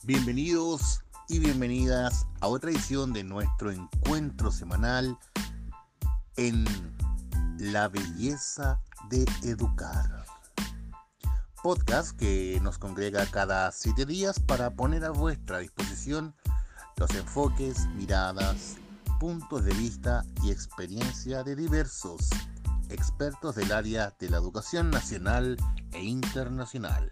Bienvenidos y bienvenidas a otra edición de nuestro encuentro semanal en La Belleza de Educar. Podcast que nos congrega cada 7 días para poner a vuestra disposición los enfoques, miradas, puntos de vista y experiencia de diversos expertos del área de la educación nacional e internacional.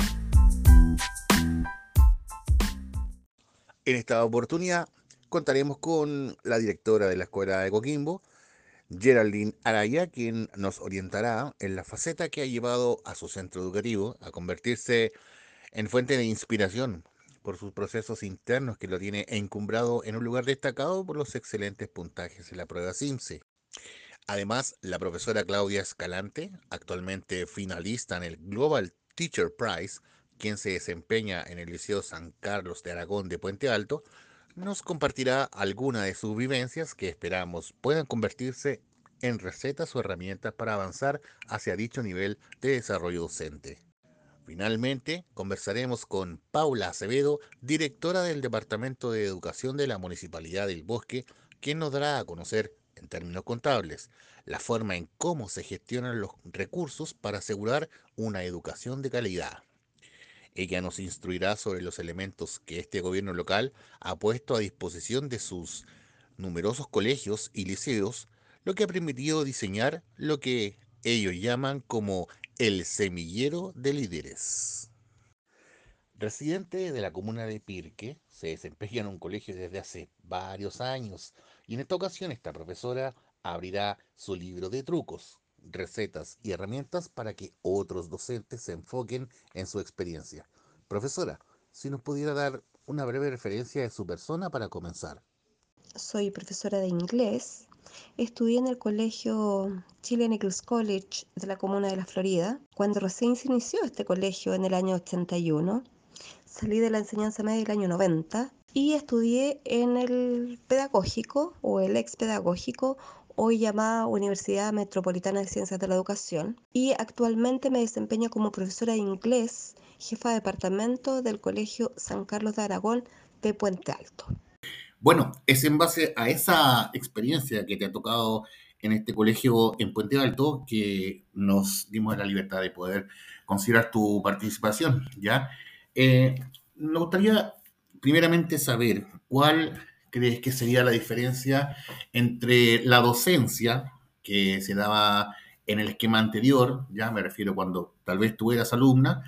En esta oportunidad contaremos con la directora de la Escuela de Coquimbo, Geraldine Araya, quien nos orientará en la faceta que ha llevado a su centro educativo a convertirse en fuente de inspiración por sus procesos internos que lo tiene encumbrado en un lugar destacado por los excelentes puntajes en la prueba CIMSE. Además, la profesora Claudia Escalante, actualmente finalista en el Global Teacher Prize, quien se desempeña en el Liceo San Carlos de Aragón de Puente Alto, nos compartirá algunas de sus vivencias que esperamos puedan convertirse en recetas o herramientas para avanzar hacia dicho nivel de desarrollo docente. Finalmente, conversaremos con Paula Acevedo, directora del Departamento de Educación de la Municipalidad del Bosque, quien nos dará a conocer, en términos contables, la forma en cómo se gestionan los recursos para asegurar una educación de calidad. Ella nos instruirá sobre los elementos que este gobierno local ha puesto a disposición de sus numerosos colegios y liceos, lo que ha permitido diseñar lo que ellos llaman como el semillero de líderes. Residente de la comuna de Pirque, se desempeña en un colegio desde hace varios años y en esta ocasión esta profesora abrirá su libro de trucos, recetas y herramientas para que otros docentes se enfoquen en su experiencia. Profesora, si nos pudiera dar una breve referencia de su persona para comenzar. Soy profesora de inglés. Estudié en el colegio Chilean Eagles College de la comuna de La Florida, cuando recién se inició este colegio en el año 81. Salí de la enseñanza media el año 90 y estudié en el pedagógico o el ex pedagógico, hoy llamada Universidad Metropolitana de Ciencias de la Educación, y actualmente me desempeño como profesora de inglés, jefa de departamento del Colegio San Carlos de Aragón de Puente Alto. Bueno, es en base a esa experiencia que te ha tocado en este colegio en Puente Alto que nos dimos la libertad de poder considerar tu participación, ¿ya? Me gustaría primeramente saber cuál crees que sería la diferencia entre la docencia que se daba en el esquema anterior, ya me refiero cuando tal vez tú eras alumna,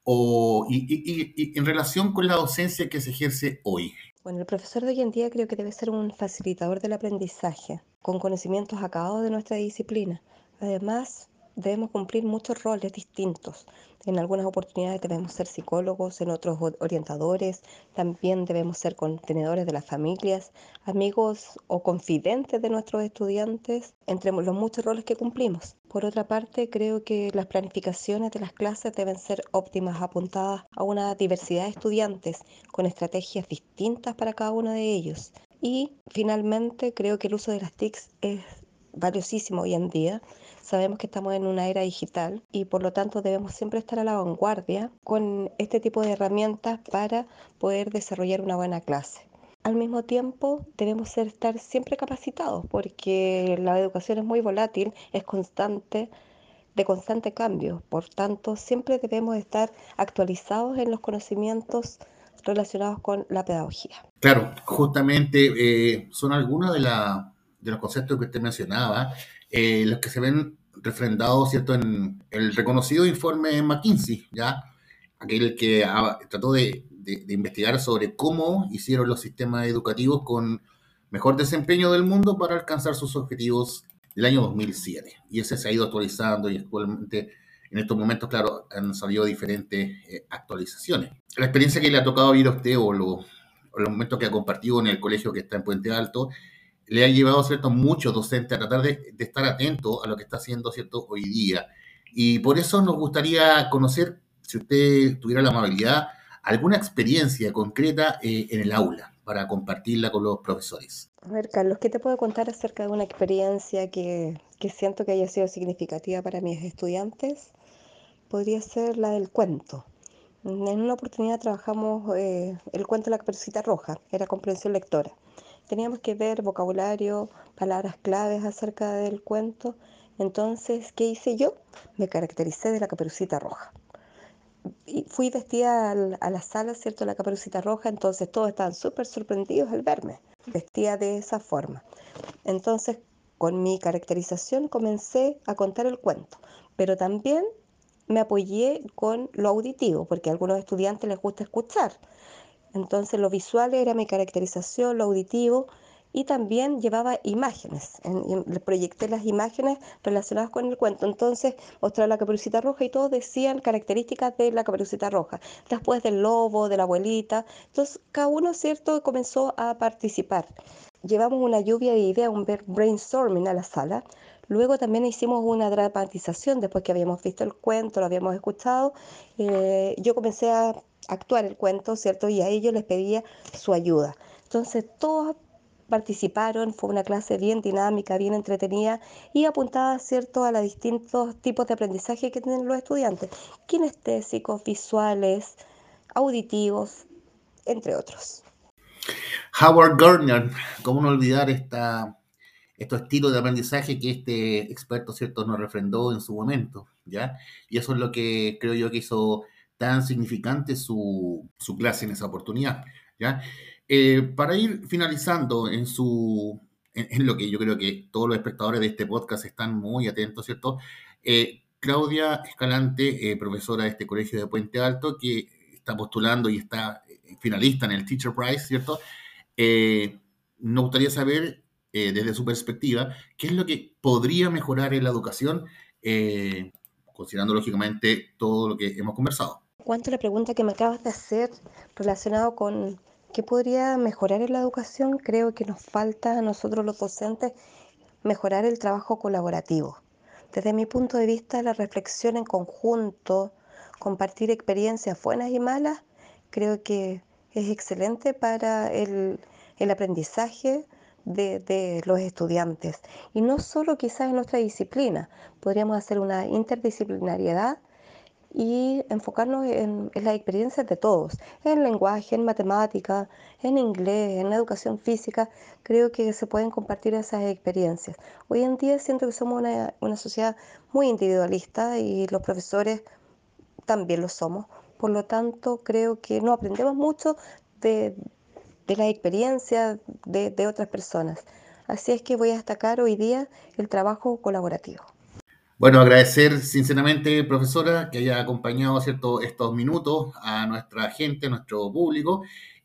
y en relación con la docencia que se ejerce hoy. Bueno, el profesor de hoy en día creo que debe ser un facilitador del aprendizaje, con conocimientos acabados de nuestra disciplina. Además, debemos cumplir muchos roles distintos. En algunas oportunidades debemos ser psicólogos, en otros orientadores, también debemos ser contenedores de las familias, amigos o confidentes de nuestros estudiantes, entre los muchos roles que cumplimos. Por otra parte, creo que las planificaciones de las clases deben ser óptimas, apuntadas a una diversidad de estudiantes, con estrategias distintas para cada uno de ellos. Y finalmente, creo que el uso de las TICs es valiosísimo hoy en día. Sabemos que estamos en una era digital y por lo tanto debemos siempre estar a la vanguardia con este tipo de herramientas para poder desarrollar una buena clase. Al mismo tiempo, debemos estar siempre capacitados porque la educación es muy volátil, es constante, de constante cambio. Por tanto, siempre debemos estar actualizados en los conocimientos relacionados con la pedagogía. Claro, justamente son algunos de los conceptos que usted mencionaba, los que se ven refrendados, ¿cierto?, en el reconocido informe McKinsey, ¿ya? Aquel que trató de investigar sobre cómo hicieron los sistemas educativos con mejor desempeño del mundo para alcanzar sus objetivos del año 2007. Y ese se ha ido actualizando y actualmente, en estos momentos, claro, han salido diferentes actualizaciones. La experiencia que le ha tocado vivir a usted o los momentos que ha compartido en el colegio que está en Puente Alto, le ha llevado, ¿cierto?, muchos docentes a tratar de estar atentos a lo que está haciendo, ¿cierto?, hoy día. Y por eso nos gustaría conocer, si usted tuviera la amabilidad, alguna experiencia concreta en el aula para compartirla con los profesores. A ver, Carlos, ¿qué te puedo contar acerca de una experiencia que siento que haya sido significativa para mis estudiantes? Podría ser la del cuento. En una oportunidad trabajamos el cuento de la Caperucita Roja, era comprensión lectora. Teníamos que ver vocabulario, palabras claves acerca del cuento. Entonces, ¿qué hice yo? Me caractericé de la Caperucita Roja. Y fui vestida a la sala, ¿cierto? De la Caperucita Roja, entonces todos estaban súper sorprendidos al verme, vestida de esa forma. Entonces, con mi caracterización comencé a contar el cuento, pero también me apoyé con lo auditivo, porque a algunos estudiantes les gusta escuchar. Entonces lo visual era mi caracterización, lo auditivo, y también llevaba imágenes. Les proyecté las imágenes relacionadas con el cuento. Entonces mostraba la Caperucita Roja y todos decían características de la Caperucita Roja. Después del lobo, de la abuelita. Entonces cada uno, ¿cierto?, comenzó a participar. Llevamos una lluvia de ideas, un brainstorming a la sala. Luego también hicimos una dramatización después que habíamos visto el cuento, lo habíamos escuchado. Yo comencé a actuar el cuento, ¿cierto? Y a ellos les pedía su ayuda. Entonces todos participaron, fue una clase bien dinámica, bien entretenida y apuntada, ¿cierto?, a los distintos tipos de aprendizaje que tienen los estudiantes, kinestésicos, visuales, auditivos, entre otros. Howard Gardner, ¿cómo no olvidar estos estilos de aprendizaje que este experto, ¿cierto?, nos refrendó en su momento, ¿ya? Y eso es lo que creo yo que hizo tan significante su clase en esa oportunidad, ¿ya? Para ir finalizando en lo que yo creo que todos los espectadores de este podcast están muy atentos, ¿cierto? Claudia Escalante, profesora de este colegio de Puente Alto, que está postulando y está finalista en el Teacher Prize, ¿cierto? Nos gustaría saber, desde su perspectiva, qué es lo que podría mejorar en la educación, considerando lógicamente todo lo que hemos conversado. Cuanto a la pregunta que me acabas de hacer relacionado con qué podría mejorar en la educación, creo que nos falta a nosotros los docentes mejorar el trabajo colaborativo. Desde mi punto de vista, la reflexión en conjunto, compartir experiencias buenas y malas, creo que es excelente para el aprendizaje de los estudiantes. Y no solo quizás en nuestra disciplina, podríamos hacer una interdisciplinariedad y enfocarnos en las experiencias de todos, en lenguaje, en matemática, en inglés, en educación física. Creo que se pueden compartir esas experiencias. Hoy en día siento que somos una sociedad muy individualista y los profesores también lo somos. Por lo tanto, creo que no aprendemos mucho de, de las experiencias de otras personas. Así es que voy a destacar hoy día el trabajo colaborativo. Bueno, agradecer sinceramente, profesora, que haya acompañado, ¿cierto?, estos minutos a nuestra gente, a nuestro público,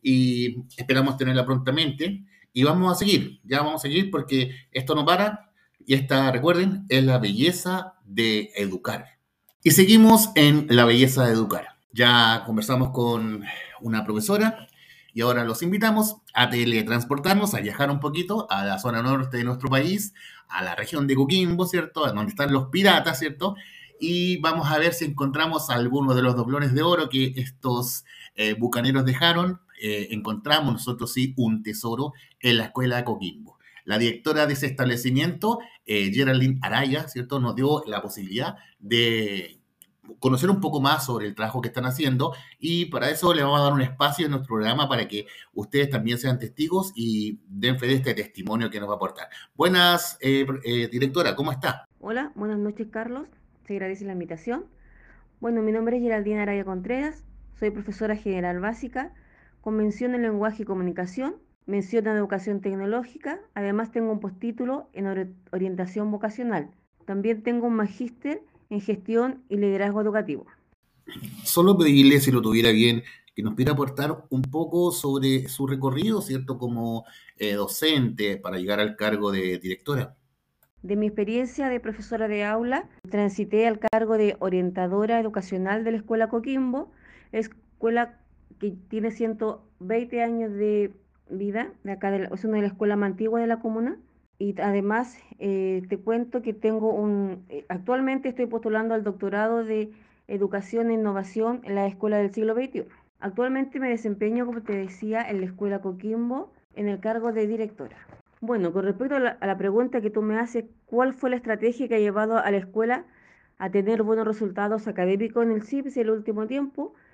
y esperamos tenerla prontamente. Y vamos a seguir, ya vamos a seguir porque esto no para, y esta, recuerden, es la belleza de educar. Y seguimos en la belleza de educar. Ya conversamos con una profesora y ahora los invitamos a teletransportarnos, a viajar un poquito a la zona norte de nuestro país, a la región de Coquimbo, ¿cierto? A donde están los piratas, ¿cierto? Y vamos a ver si encontramos algunos de los doblones de oro que estos bucaneros dejaron. Encontramos nosotros sí un tesoro en la escuela de Coquimbo. La directora de ese establecimiento, Geraldine Araya, ¿cierto?, nos dio la posibilidad de conocer un poco más sobre el trabajo que están haciendo y para eso le vamos a dar un espacio en nuestro programa para que ustedes también sean testigos y den fe de este testimonio que nos va a aportar. Buenas, directora, ¿cómo está? Hola, buenas noches Carlos, te agradece la invitación. Bueno, mi nombre es Geraldina Araya Contreras, soy profesora general básica, con mención en lenguaje y comunicación, mención en educación tecnológica, además tengo un postítulo en orientación vocacional. También tengo un magíster en gestión y liderazgo educativo. Solo pedirle, si lo tuviera bien, que nos pudiera aportar un poco sobre su recorrido, ¿cierto?, como docente para llegar al cargo de directora. De mi experiencia de profesora de aula, transité al cargo de orientadora educacional de la Escuela Coquimbo, escuela que tiene 120 años de vida, es una de las escuelas más antiguas de la comuna. Y además te cuento que actualmente estoy postulando al doctorado de Educación e Innovación en la Escuela del siglo XXI. Actualmente me desempeño, como te decía, en la Escuela Coquimbo en el cargo de directora. Bueno, con respecto a la pregunta que tú me haces, ¿cuál fue la estrategia que ha llevado a la escuela a tener buenos resultados académicos en el CIPS en el último tiempo?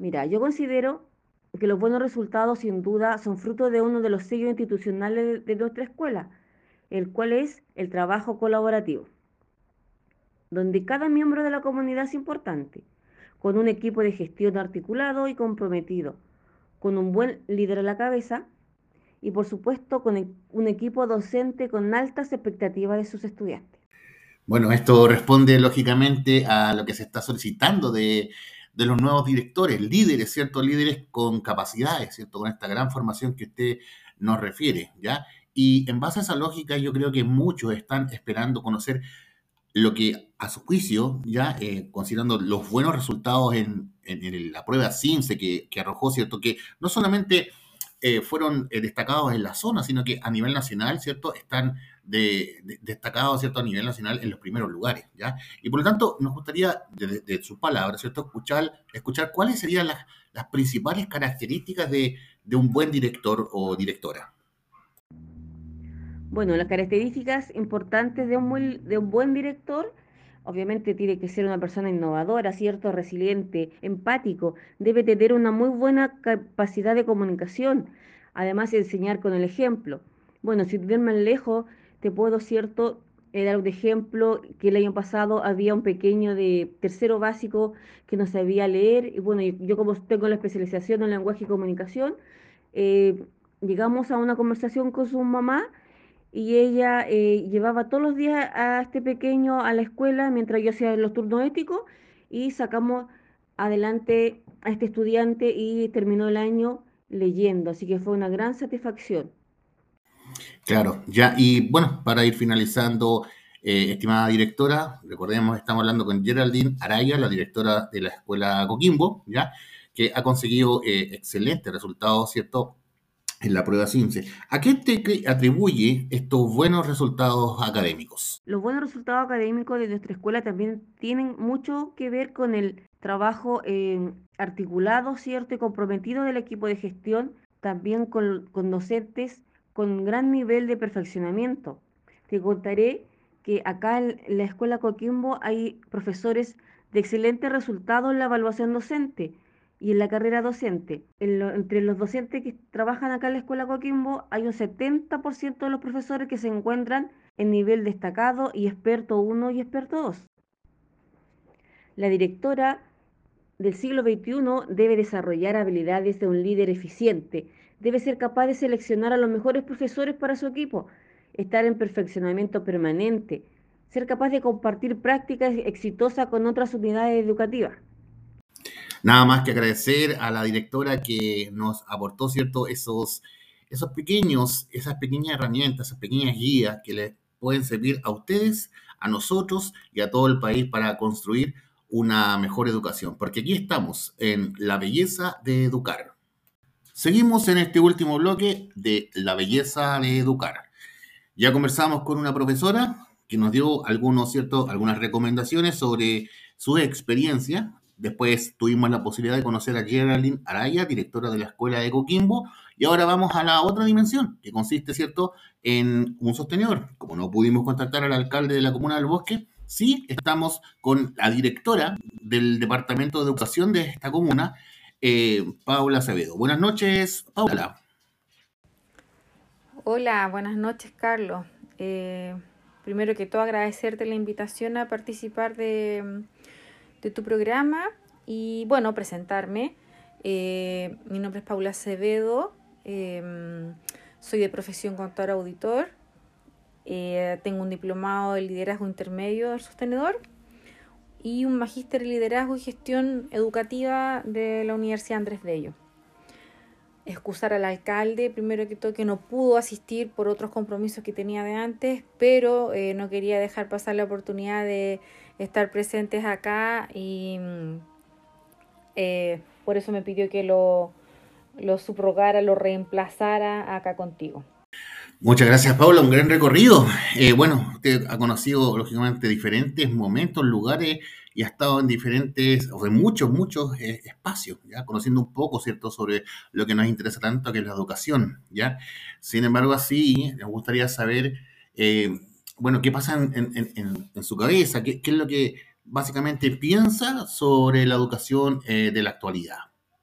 Mira, yo considero que los buenos resultados sin duda son fruto de uno de los sellos institucionales de nuestra escuela, el cual es el trabajo colaborativo, donde cada miembro de la comunidad es importante, con un equipo de gestión articulado y comprometido, con un buen líder a la cabeza y por supuesto con un equipo docente con altas expectativas de sus estudiantes. Bueno, esto responde lógicamente a lo que se está solicitando de los nuevos directores, líderes, ¿cierto? Líderes con capacidades, ¿cierto? Con esta gran formación que usted nos refiere, ¿ya? Y en base a esa lógica, yo creo que muchos están esperando conocer lo que a su juicio, ya considerando los buenos resultados en la prueba CIMSE que arrojó, ¿cierto? Que no solamente fueron destacados en la zona, sino que a nivel nacional, ¿cierto? Están destacados, ¿cierto? A nivel nacional en los primeros lugares, ¿ya? Y por lo tanto, nos gustaría, de sus palabras, ¿cierto? Escuchar cuáles serían las principales características de un buen director o directora. Bueno, las características importantes de un buen director, obviamente tiene que ser una persona innovadora, ¿cierto? Resiliente, empático, debe tener una muy buena capacidad de comunicación, además de enseñar con el ejemplo. Bueno, sin ir más lejos, te puedo, ¿cierto? Dar un ejemplo que el año pasado había un pequeño de tercero básico que no sabía leer, y bueno, yo como tengo la especialización en lenguaje y comunicación, eh, llegamos a una conversación con su mamá y ella llevaba todos los días a este pequeño a la escuela mientras yo hacía los turnos éticos y sacamos adelante a este estudiante y terminó el año leyendo, así que fue una gran satisfacción. Claro, ya, y bueno, para ir finalizando, estimada directora, recordemos, estamos hablando con Geraldine Araya, la directora de la Escuela Coquimbo, ya, que ha conseguido excelentes resultados, ¿cierto?, en la prueba CIMSE. ¿A qué te atribuye estos buenos resultados académicos? Los buenos resultados académicos de nuestra escuela también tienen mucho que ver con el trabajo articulado, ¿cierto? Y comprometido del equipo de gestión, también con docentes con gran nivel de perfeccionamiento. Te contaré que acá en la escuela Coquimbo hay profesores de excelentes resultados en la evaluación docente y en la carrera docente. Entre los docentes que trabajan acá en la escuela Coquimbo hay un 70% de los profesores que se encuentran en nivel destacado y experto 1 y experto 2. La directora del siglo XXI debe desarrollar habilidades de un líder eficiente, debe ser capaz de seleccionar a los mejores profesores para su equipo, estar en perfeccionamiento permanente, ser capaz de compartir prácticas exitosas con otras unidades educativas. Nada más que agradecer a la directora que nos aportó, ¿cierto?, esos pequeños, esas pequeñas herramientas, esas pequeñas guías que les pueden servir a ustedes, a nosotros y a todo el país para construir una mejor educación. Porque aquí estamos en la belleza de educar. Seguimos en este último bloque de la belleza de educar. Ya conversamos con una profesora que nos dio algunas recomendaciones sobre su experiencia. Después tuvimos la posibilidad de conocer a Geraldine Araya, directora de la Escuela de Coquimbo, y ahora vamos a la otra dimensión, que consiste, ¿cierto?, en un sostenedor. Como no pudimos contactar al alcalde de la Comuna del Bosque, sí estamos con la directora del Departamento de Educación de esta comuna, Paula Acevedo. Buenas noches, Paula. Hola, buenas noches, Carlos. Primero que todo, agradecerte la invitación a participar de tu programa y, bueno, presentarme. Mi nombre es Paula Acevedo, soy de profesión contador auditor, tengo un diplomado de liderazgo intermedio del sostenedor y un magíster en liderazgo y gestión educativa de la Universidad Andrés Bello. Excusar al alcalde, primero que todo, que no pudo asistir por otros compromisos que tenía de antes, pero no quería dejar pasar la oportunidad de estar presentes acá y por eso me pidió que lo subrogara, lo reemplazara acá contigo. Muchas gracias, Paula. Un gran recorrido. Bueno, usted ha conocido, lógicamente, diferentes momentos, lugares y ha estado en muchos espacios, ¿ya? Conociendo un poco, ¿cierto?, sobre lo que nos interesa tanto, que es la educación, ¿ya? Sin embargo, así, nos gustaría saber, bueno, qué pasa en su cabeza, qué es lo que básicamente piensa sobre la educación de la actualidad.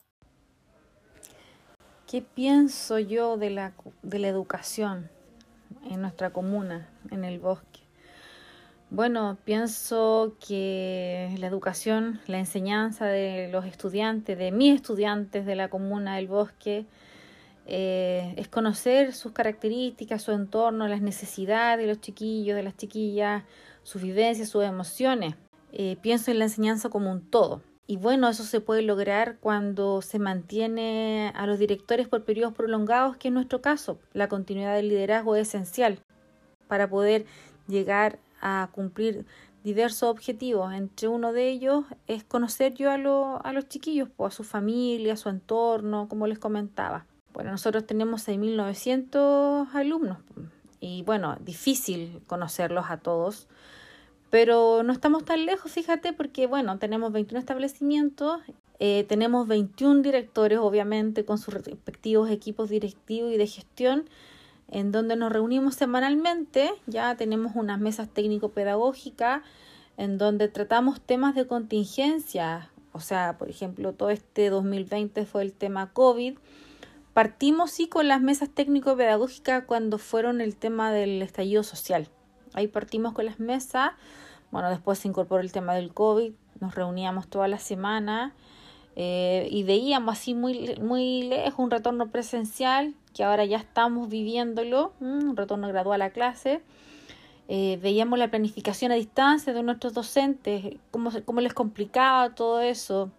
¿Qué pienso yo de la educación en nuestra comuna, en el bosque? Bueno, pienso que la educación, la enseñanza de los estudiantes, de mis estudiantes de la comuna del bosque, es conocer sus características, su entorno, las necesidades de los chiquillos, de las chiquillas, sus vivencias, sus emociones. Pienso en la enseñanza como un todo. Y bueno, eso se puede lograr cuando se mantiene a los directores por periodos prolongados, que en nuestro caso, la continuidad del liderazgo es esencial para poder llegar a cumplir diversos objetivos. Entre uno de ellos es conocer yo a los chiquillos, pues, a su familia, a su entorno, como les comentaba. Bueno, nosotros tenemos 6.900 alumnos y bueno, difícil conocerlos a todos. Pero no estamos tan lejos, fíjate, porque bueno, tenemos 21 establecimientos, tenemos 21 directores, obviamente, con sus respectivos equipos directivos y de gestión, en donde nos reunimos semanalmente. Ya tenemos unas mesas técnico-pedagógicas, en donde tratamos temas de contingencia. O sea, por ejemplo, todo este 2020 fue el tema COVID. Partimos sí con las mesas técnico-pedagógicas cuando fueron el tema del estallido social. Ahí partimos con las mesas. Bueno, después se incorporó el tema del COVID. Nos reuníamos toda la semana y veíamos así muy lejos un retorno presencial, que ahora ya estamos viviéndolo, un retorno gradual a clase. Veíamos la planificación a distancia de nuestros docentes, cómo les complicaba todo eso.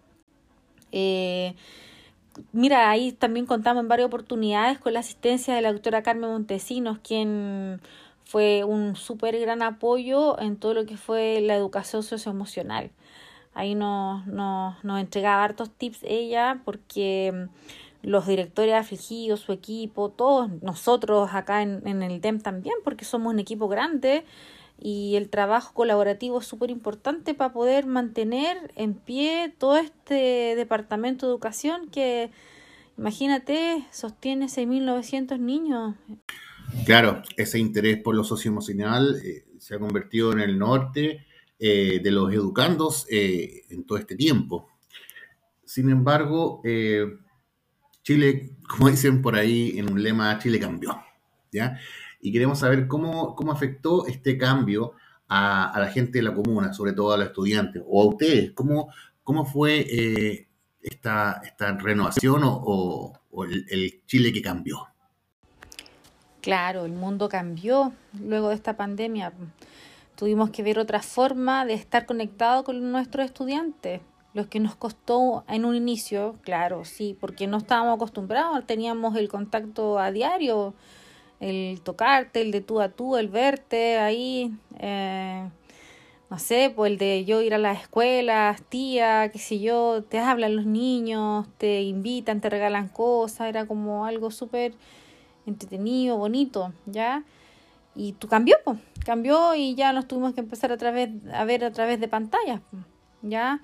Mira, ahí también contamos en varias oportunidades con la asistencia de la doctora Carmen Montesinos, quien fue un súper gran apoyo en todo lo que fue la educación socioemocional. Ahí nos entregaba hartos tips ella, porque los directores afligidos, su equipo, todos nosotros acá en el DEM también, porque somos un equipo grande y el trabajo colaborativo es súper importante para poder mantener en pie todo este departamento de educación que, imagínate, sostiene 6.900 niños. Claro, ese interés por lo socioemocional se ha convertido en el norte de los educandos en todo este tiempo. Sin embargo, Chile, como dicen por ahí en un lema, Chile cambió, ¿ya? Y queremos saber cómo afectó este cambio a la gente de la comuna, sobre todo a los estudiantes, o a ustedes. ¿Cómo fue esta renovación o el Chile que cambió? Claro, el mundo cambió luego de esta pandemia. Tuvimos que ver otra forma de estar conectados con nuestros estudiantes. Los que nos costó en un inicio, claro, sí, porque no estábamos acostumbrados, teníamos el contacto a diario, el tocarte, el de tú a tú, el verte ahí, no sé, pues el de yo ir a las escuelas, tía, qué sé yo, te hablan los niños, te invitan, te regalan cosas, era como algo súper entretenido, bonito, ¿ya? Y tú cambió y ya nos tuvimos que empezar a ver a través de pantallas, ¿ya?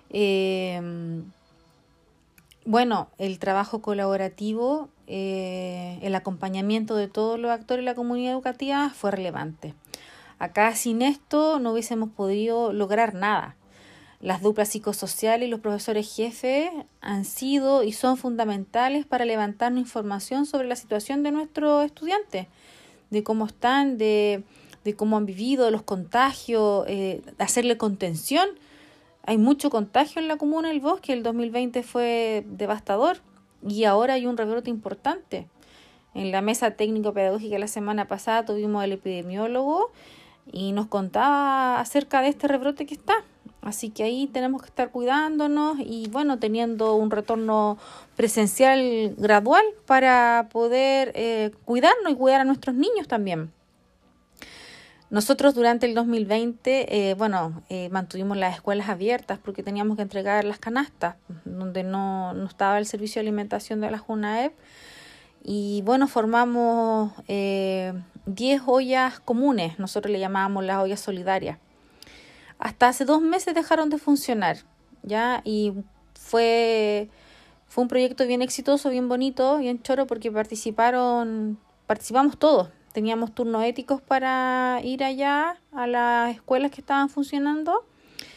Bueno, el trabajo colaborativo, el acompañamiento de todos los actores de la comunidad educativa fue relevante. Acá sin esto no hubiésemos podido lograr nada. Las duplas psicosociales y los profesores jefes han sido y son fundamentales para levantarnos información sobre la situación de nuestros estudiantes, de cómo están, de cómo han vivido, los contagios, hacerle contención. Hay mucho contagio en la comuna del Bosque, el 2020 fue devastador y ahora hay un rebrote importante. En la mesa técnico-pedagógica la semana pasada tuvimos al epidemiólogo y nos contaba acerca de este rebrote que está. Así que ahí tenemos que estar cuidándonos y bueno, teniendo un retorno presencial gradual para poder cuidarnos y cuidar a nuestros niños también. Nosotros durante el 2020, mantuvimos las escuelas abiertas porque teníamos que entregar las canastas, donde no estaba el servicio de alimentación de la JUNAEP. Y bueno, formamos 10 ollas comunes, nosotros le llamábamos las ollas solidarias. Hasta hace 2 meses dejaron de funcionar, ¿ya? Y fue un proyecto bien exitoso, bien bonito, bien choro, porque participamos todos. Teníamos turnos éticos para ir allá a las escuelas que estaban funcionando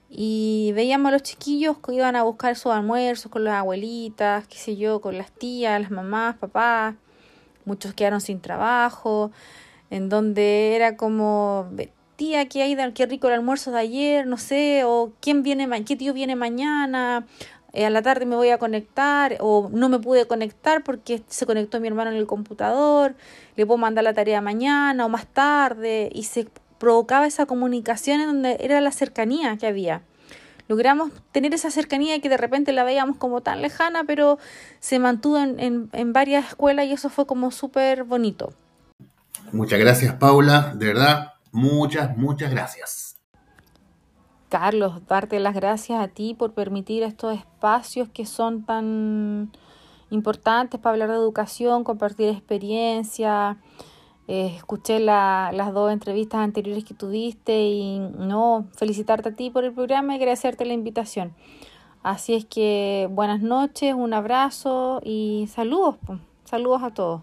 y veíamos a los chiquillos que iban a buscar sus almuerzos con las abuelitas, qué sé yo, con las tías, las mamás, papás. Muchos quedaron sin trabajo, en donde era como, tía, qué rico el almuerzo de ayer, no sé, o qué tío viene mañana, a la tarde me voy a conectar, o no me pude conectar porque se conectó mi hermano en el computador, le puedo mandar la tarea mañana o más tarde, y se provocaba esa comunicación en donde era la cercanía que había. Logramos tener esa cercanía que de repente la veíamos como tan lejana, pero se mantuvo en varias escuelas y eso fue como súper bonito. Muchas gracias, Paula, de verdad, muchas gracias. Carlos, darte las gracias a ti por permitir estos espacios que son tan importantes para hablar de educación, compartir experiencia. Escuché las 2 entrevistas anteriores que tuviste y felicitarte a ti por el programa y agradecerte la invitación. Así es que buenas noches, un abrazo y saludos, saludos a todos.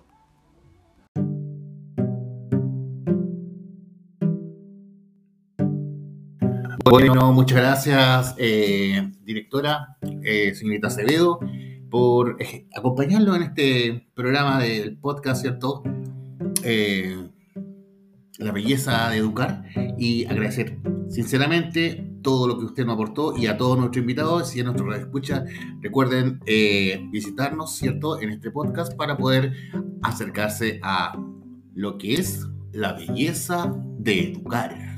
Bueno, muchas gracias, directora, señorita Acevedo, por acompañarnos en este programa del podcast, ¿cierto? La belleza de educar, y agradecer sinceramente todo lo que usted nos aportó, y a todos nuestros invitados y a nuestros radioescuchas. Recuerden visitarnos, ¿cierto?, en este podcast para poder acercarse a lo que es la belleza de educar.